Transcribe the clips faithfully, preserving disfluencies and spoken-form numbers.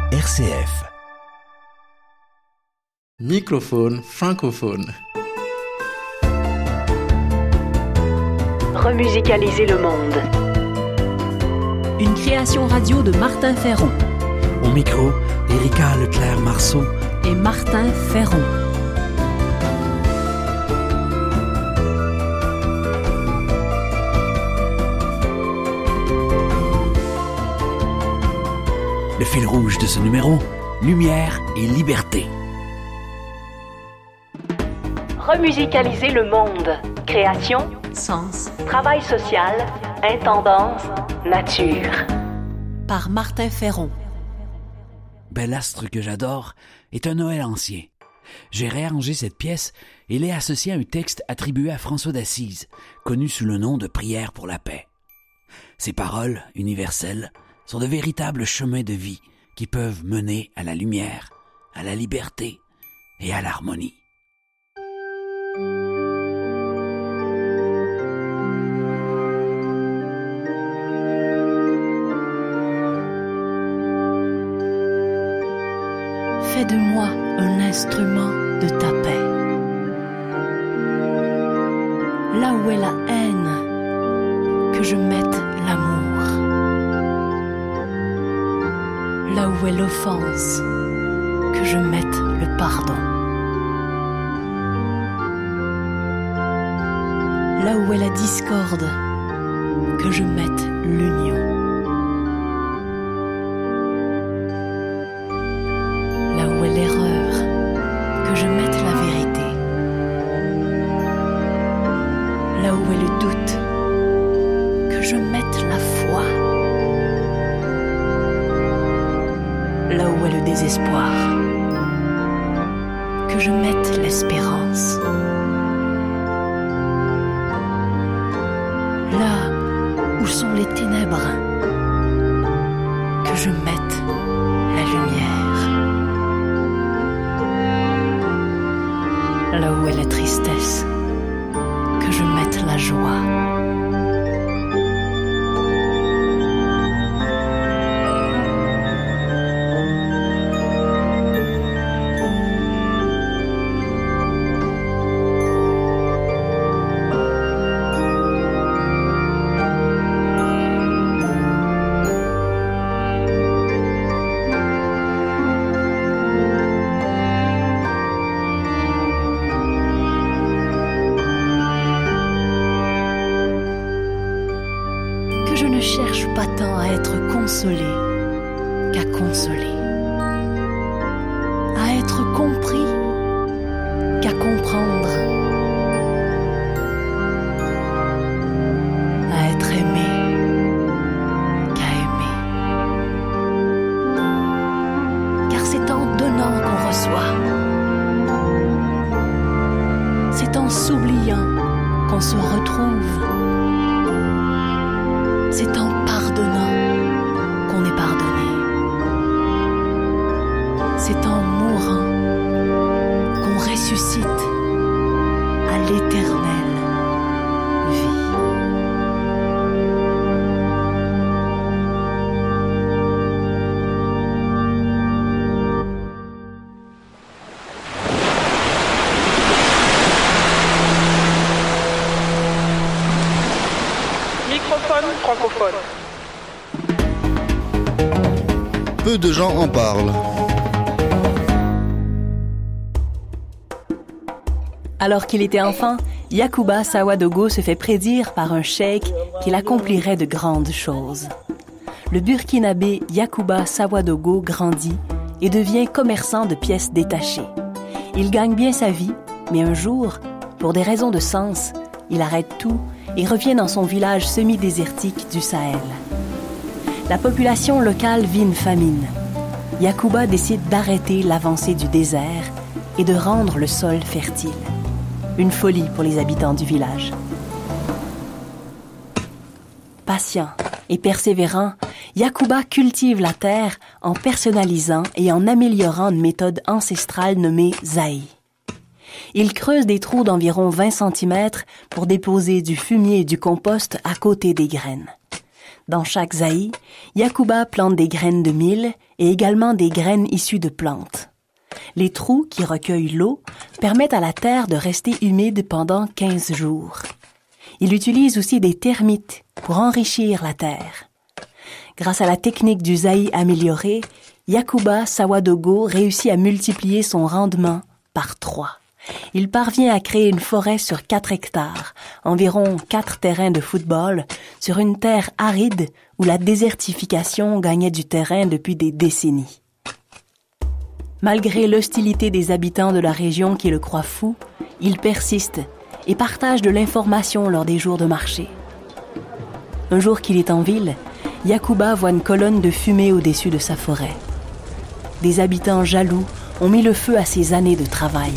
R C F. Microphone francophone. Remusicaliser le monde. Une création radio de Martin Ferron. Au micro, Erika Leclerc-Marceau et Martin Ferron. Le fil rouge de ce numéro, lumière et liberté. Remusicaliser le monde. Création, Sens, travail social, intendance, nature. Par Martin Ferron. Bel astre que j'adore est un Noël ancien. J'ai réarrangé cette pièce et l'ai associée à un texte attribué à François d'Assise, connu sous le nom de Prière pour la paix. Ces paroles, universelles, sont de véritables chemins de vie qui peuvent mener à la lumière, à la liberté et à l'harmonie. Fais de moi un instrument de ta paix. Là où est la haine, que je mette l'amour. Là où est l'offense, que je mette le pardon. Là où est la discorde, que je mette l'union. Là où est l'erreur, que je mette la vérité. Là où est le doute, que je mette la foi. Là où est le désespoir, que je mette l'espérance. Là où sont les ténèbres, que je mette la lumière. Là où est la tristesse, que je mette la joie. Je ne cherche pas tant à être consolé qu'à consoler, à être compris qu'à comprendre, à être aimé qu'à aimer. Car c'est en donnant qu'on reçoit, c'est en s'oubliant qu'on se retrouve. C'est en pardonnant qu'on est pardonné. C'est en mourant qu'on ressuscite à l'éternelle vie. Microphone francophone. Peu de gens en parlent. Alors qu'il était enfant, Yacouba Sawadogo se fait prédire par un cheikh qu'il accomplirait de grandes choses. Le burkinabé Yacouba Sawadogo grandit et devient commerçant de pièces détachées. Il gagne bien sa vie, mais un jour, pour des raisons de sens, il arrête tout et revient dans son village semi-désertique du Sahel. La population locale vit une famine. Yacouba décide d'arrêter l'avancée du désert et de rendre le sol fertile. Une folie pour les habitants du village. Patient et persévérant, Yacouba cultive la terre en personnalisant et en améliorant une méthode ancestrale nommée Zaï. Il creuse des trous d'environ vingt centimètres pour déposer du fumier et du compost à côté des graines. Dans chaque zaï, Yacouba plante des graines de mil et également des graines issues de plantes. Les trous qui recueillent l'eau permettent à la terre de rester humide pendant quinze jours. Il utilise aussi des termites pour enrichir la terre. Grâce à la technique du zaï amélioré, Yacouba Sawadogo réussit à multiplier son rendement par trois. Il parvient à créer une forêt sur quatre hectares, environ quatre terrains de football, sur une terre aride où la désertification gagnait du terrain depuis des décennies. Malgré l'hostilité des habitants de la région qui le croient fou, il persiste et partage de l'information lors des jours de marché. Un jour qu'il est en ville, Yacouba voit une colonne de fumée au-dessus de sa forêt. Des habitants jaloux ont mis le feu à ses années de travail.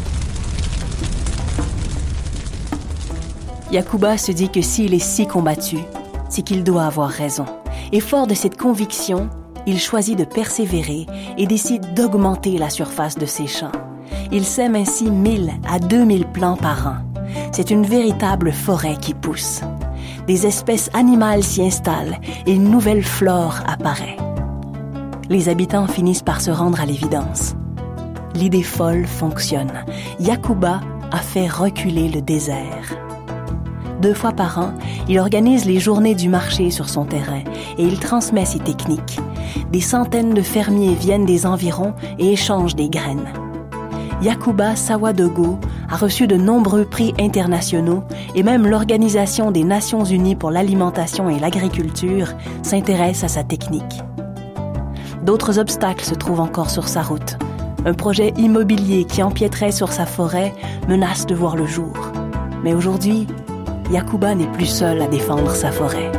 Yacouba se dit que s'il est si combattu, c'est qu'il doit avoir raison. Et fort de cette conviction, il choisit de persévérer et décide d'augmenter la surface de ses champs. Il sème ainsi mille à deux mille plants par an. C'est une véritable forêt qui pousse. Des espèces animales s'y installent et une nouvelle flore apparaît. Les habitants finissent par se rendre à l'évidence. L'idée folle fonctionne. Yacouba a fait reculer le désert. Deux fois par an, il organise les journées du marché sur son terrain et il transmet ses techniques. Des centaines de fermiers viennent des environs et échangent des graines. Yacouba Sawadogo a reçu de nombreux prix internationaux et même l'Organisation des Nations Unies pour l'alimentation et l'agriculture s'intéresse à sa technique. D'autres obstacles se trouvent encore sur sa route. Un projet immobilier qui empiéterait sur sa forêt menace de voir le jour. Mais aujourd'hui, Yacouba n'est plus seul à défendre sa forêt.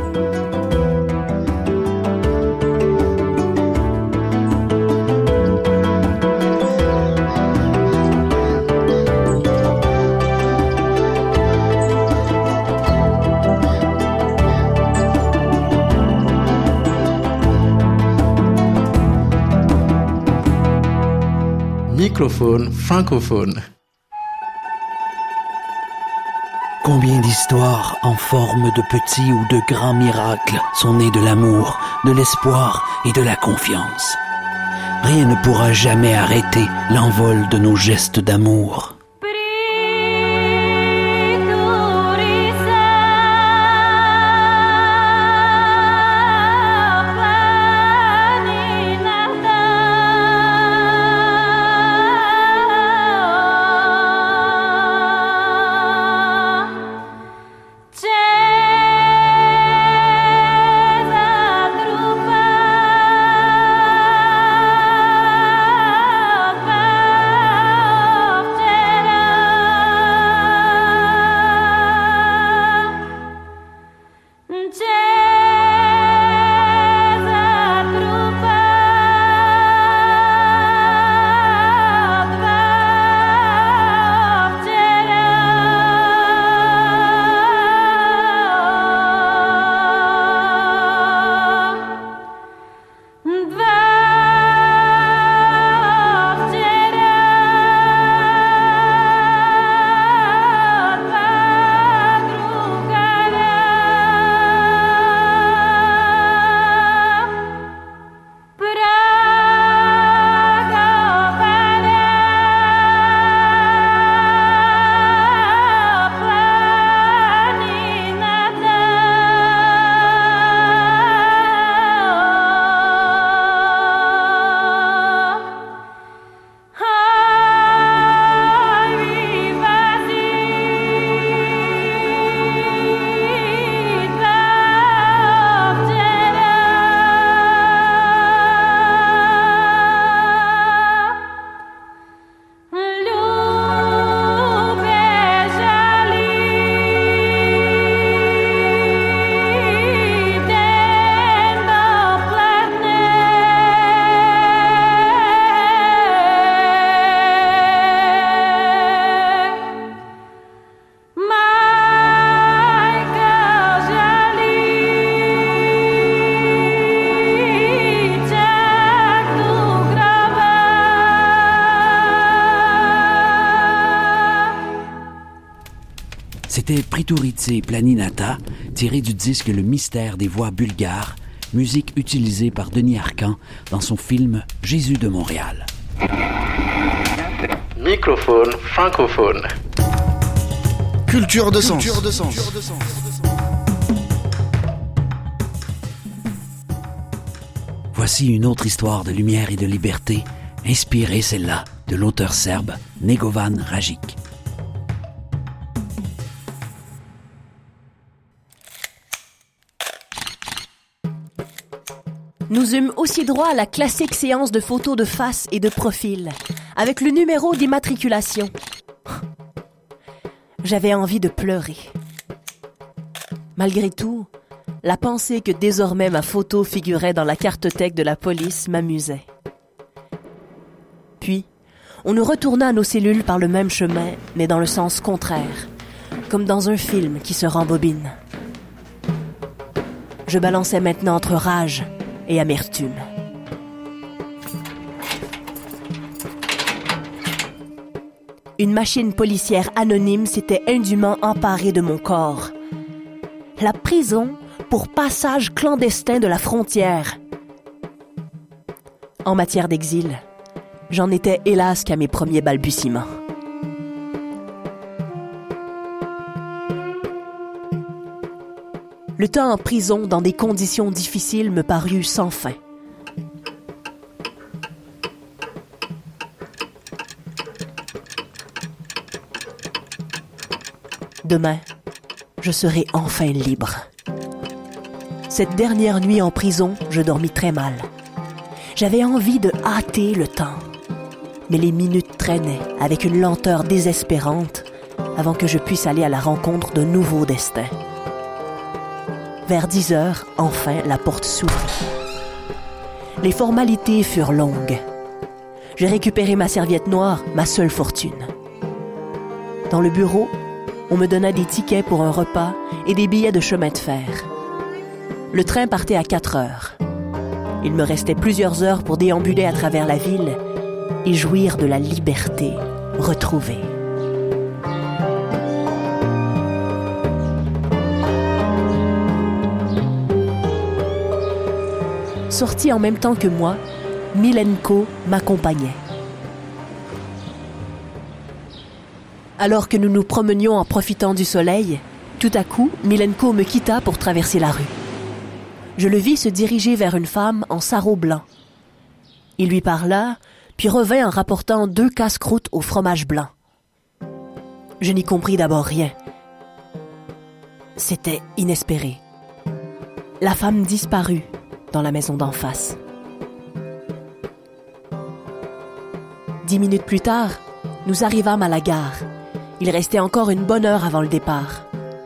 Microphone francophone. Combien d'histoires en forme de petits ou de grands miracles sont nées de l'amour, de l'espoir et de la confiance. Rien ne pourra jamais arrêter l'envol de nos gestes d'amour. Yeah. C'était Prituritse Planinata, tiré du disque Le mystère des voix bulgares, musique utilisée par Denis Arcand dans son film Jésus de Montréal. Microphone francophone. Culture de sens. Culture de sens. Voici une autre histoire de lumière et de liberté, inspirée celle-là de l'auteur serbe Negovan Rajic. Nous eûmes aussi droit à la classique séance de photos de face et de profil, avec le numéro d'immatriculation. J'avais envie de pleurer. Malgré tout, la pensée que désormais ma photo figurait dans la cartothèque de la police m'amusait. Puis, on nous retourna à nos cellules par le même chemin, mais dans le sens contraire, comme dans un film qui se rembobine. Je balançais maintenant entre rage et amertume. Une machine policière anonyme s'était indûment emparée de mon corps. La prison pour passage clandestin de la frontière. En matière d'exil, j'en étais hélas qu'à mes premiers balbutiements. Le temps en prison dans des conditions difficiles me parut sans fin. Demain, je serai enfin libre. Cette dernière nuit en prison, je dormis très mal. J'avais envie de hâter le temps. Mais les minutes traînaient avec une lenteur désespérante avant que je puisse aller à la rencontre d'un nouveau destin. Vers dix heures, enfin, la porte s'ouvrit. Les formalités furent longues. J'ai récupéré ma serviette noire, ma seule fortune. Dans le bureau, on me donna des tickets pour un repas et des billets de chemin de fer. Le train partait à quatre heures. Il me restait plusieurs heures pour déambuler à travers la ville et jouir de la liberté retrouvée. Sorti en même temps que moi, Milenko m'accompagnait. Alors que nous nous promenions en profitant du soleil, tout à coup, Milenko me quitta pour traverser la rue. Je le vis se diriger vers une femme en sarrau blanc. Il lui parla, puis revint en rapportant deux casse-croûtes au fromage blanc. Je n'y compris d'abord rien. C'était inespéré. La femme disparut dans la maison d'en face. Dix minutes plus tard, nous arrivâmes à la gare. Il restait encore une bonne heure avant le départ.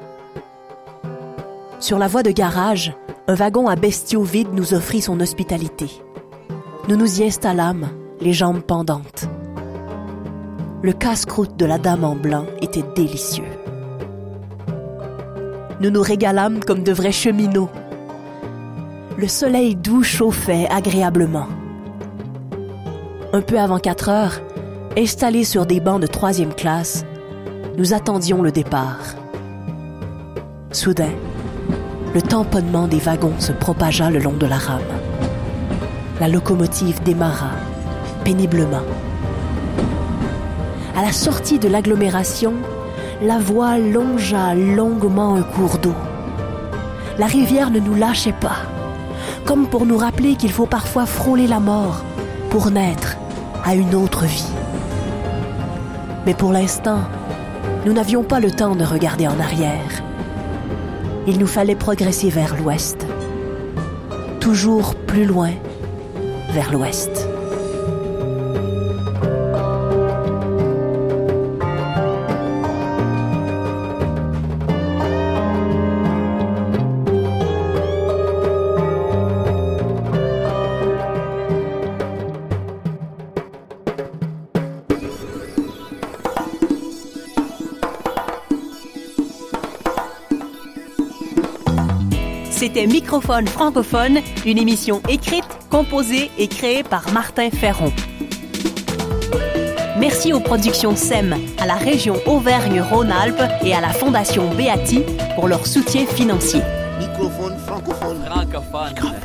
Sur la voie de garage, un wagon à bestiaux vide nous offrit son hospitalité. Nous nous y installâmes, les jambes pendantes. Le casse-croûte de la dame en blanc était délicieux. Nous nous régalâmes comme de vrais cheminots. Le soleil doux chauffait agréablement. Un peu avant quatre heures, installés sur des bancs de troisième classe, nous attendions le départ. Soudain, le tamponnement des wagons se propagea le long de la rame. La locomotive démarra, péniblement. À la sortie de l'agglomération, la voie longea longuement un cours d'eau. La rivière ne nous lâchait pas, comme pour nous rappeler qu'il faut parfois frôler la mort pour naître à une autre vie. Mais pour l'instant, nous n'avions pas le temps de regarder en arrière. Il nous fallait progresser vers l'ouest, toujours plus loin vers l'ouest. C'était Microphone francophone, une émission écrite, composée et créée par Martin Ferron. Merci aux productions S E M, à la région Auvergne-Rhône-Alpes et à la Fondation Beati pour leur soutien financier. Microphone francophone. Francophone.